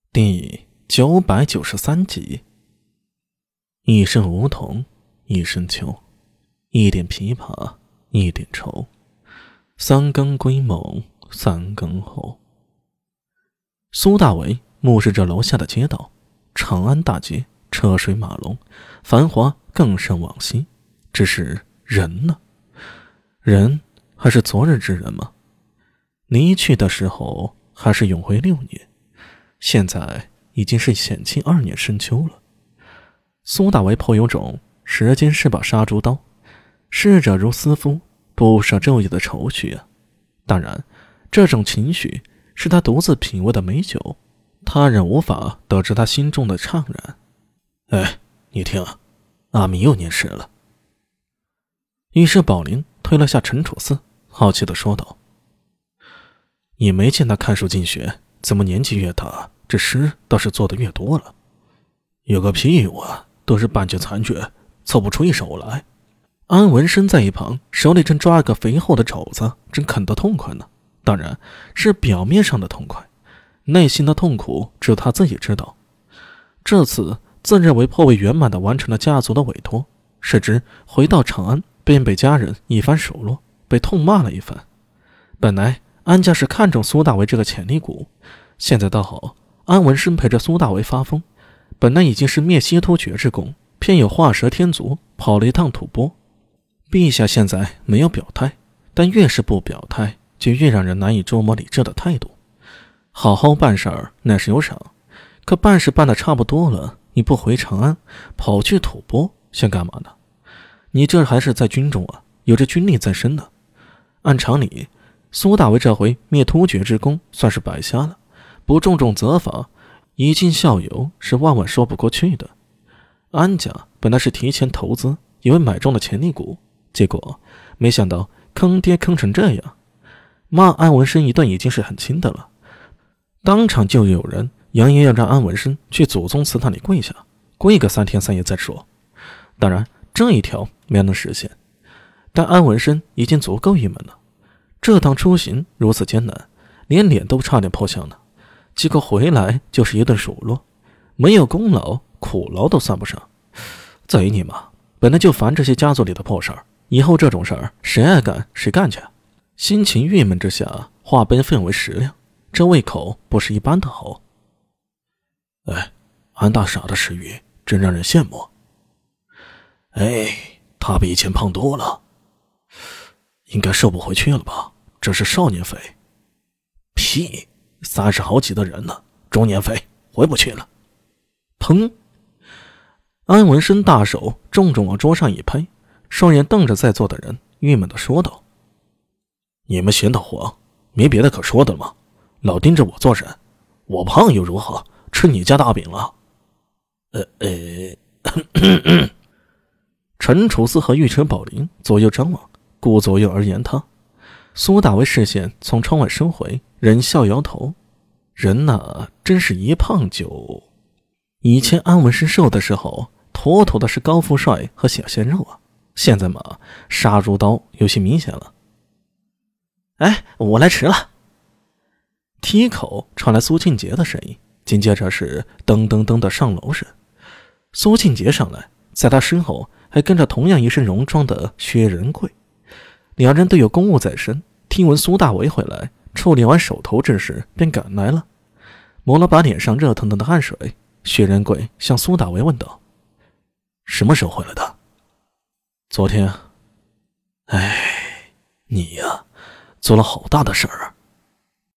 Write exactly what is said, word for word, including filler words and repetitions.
第九百九十三集。一声梧桐一声秋，一点琵琶一点愁，三更归梦三更后。苏大为目视着楼下的街道，长安大街车水马龙，繁华更胜往昔，只是人呢？人还是昨日之人吗？离去的时候还是永回六年，现在已经是显庆二年深秋了。苏大为颇有种时间是把杀猪刀，逝者如斯夫，不舍昼夜的愁绪啊。当然，这种情绪是他独自品味的美酒，他人无法得知他心中的怅然。哎，你听啊，阿弥又念诗了。于是宝林推了下陈楚四，好奇地说道：也没见他看书进学，怎么年纪越大，这诗倒是做得越多了？有个屁用啊，都是半句残句，凑不出一首来。安文生在一旁手里正抓个肥厚的肘子，正啃得痛快呢。当然是表面上的痛快，内心的痛苦只有他自己知道。这次自认为颇为圆满地完成了家族的委托，谁知回到长安便被家人一番数落，被痛骂了一番。本来安家是看中苏大为这个潜力股，现在倒好，安文生陪着苏大为发疯，本来已经是灭西突厥之功，偏有画蛇添足，跑了一趟吐蕃。陛下现在没有表态，但越是不表态，就越让人难以捉摸理智的态度。好好办事儿乃是有赏，可办事办得差不多了，你不回长安，跑去吐蕃，想干嘛呢？你这还是在军中啊，有着军力在身的。按常理，苏大为这回灭突厥之功算是白瞎了，不重重责罚，以儆效尤是万万说不过去的。安家本来是提前投资，以为买中了潜力股，结果没想到坑爹坑成这样。骂安文生一顿已经是很轻的了，当场就有人扬言要让安文生去祖宗祠堂里跪下，跪个三天三夜再说。当然这一条没能实现，但安文生已经足够郁闷了。这趟出行如此艰难，连脸都差点破相了，结果回来就是一顿数落，没有功劳苦劳都算不上。贼你妈，本来就烦这些家族里的破事儿，以后这种事儿谁爱干谁干去。心情郁闷之下，话奔分为食量，这胃口不是一般的好。哎，安大傻的食欲真让人羡慕。哎，他比以前胖多了，应该瘦不回去了吧？这是少年肥。屁，三十好几的人了，中年肥，回不去了。砰！安文生大手重重往桌上一拍，双眼瞪着在座的人，郁闷地说道：你们闲得慌，没别的可说的吗？老盯着我做人，我胖又如何？吃你家大饼了？呃呃，陈楚四和尉迟宝林左右张望，顾左右而言他。苏大为视线从窗外收回，仍笑摇头。人哪，真是一胖就……以前安文生瘦的时候，妥妥的是高富帅和小鲜肉啊！现在嘛，杀猪刀有些明显了。哎，我来迟了。梯口传来苏庆杰的声音，紧接着是噔噔噔的上楼声。苏庆杰上来，在他身后还跟着同样一身戎装的薛仁贵，两人都有公务在身。听闻苏大为回来，处理完手头之事便赶来了。抹了把脸上热腾腾的汗水，薛仁贵向苏大为问道：什么时候回来的？昨天。哎，你呀、啊做了好大的事儿啊！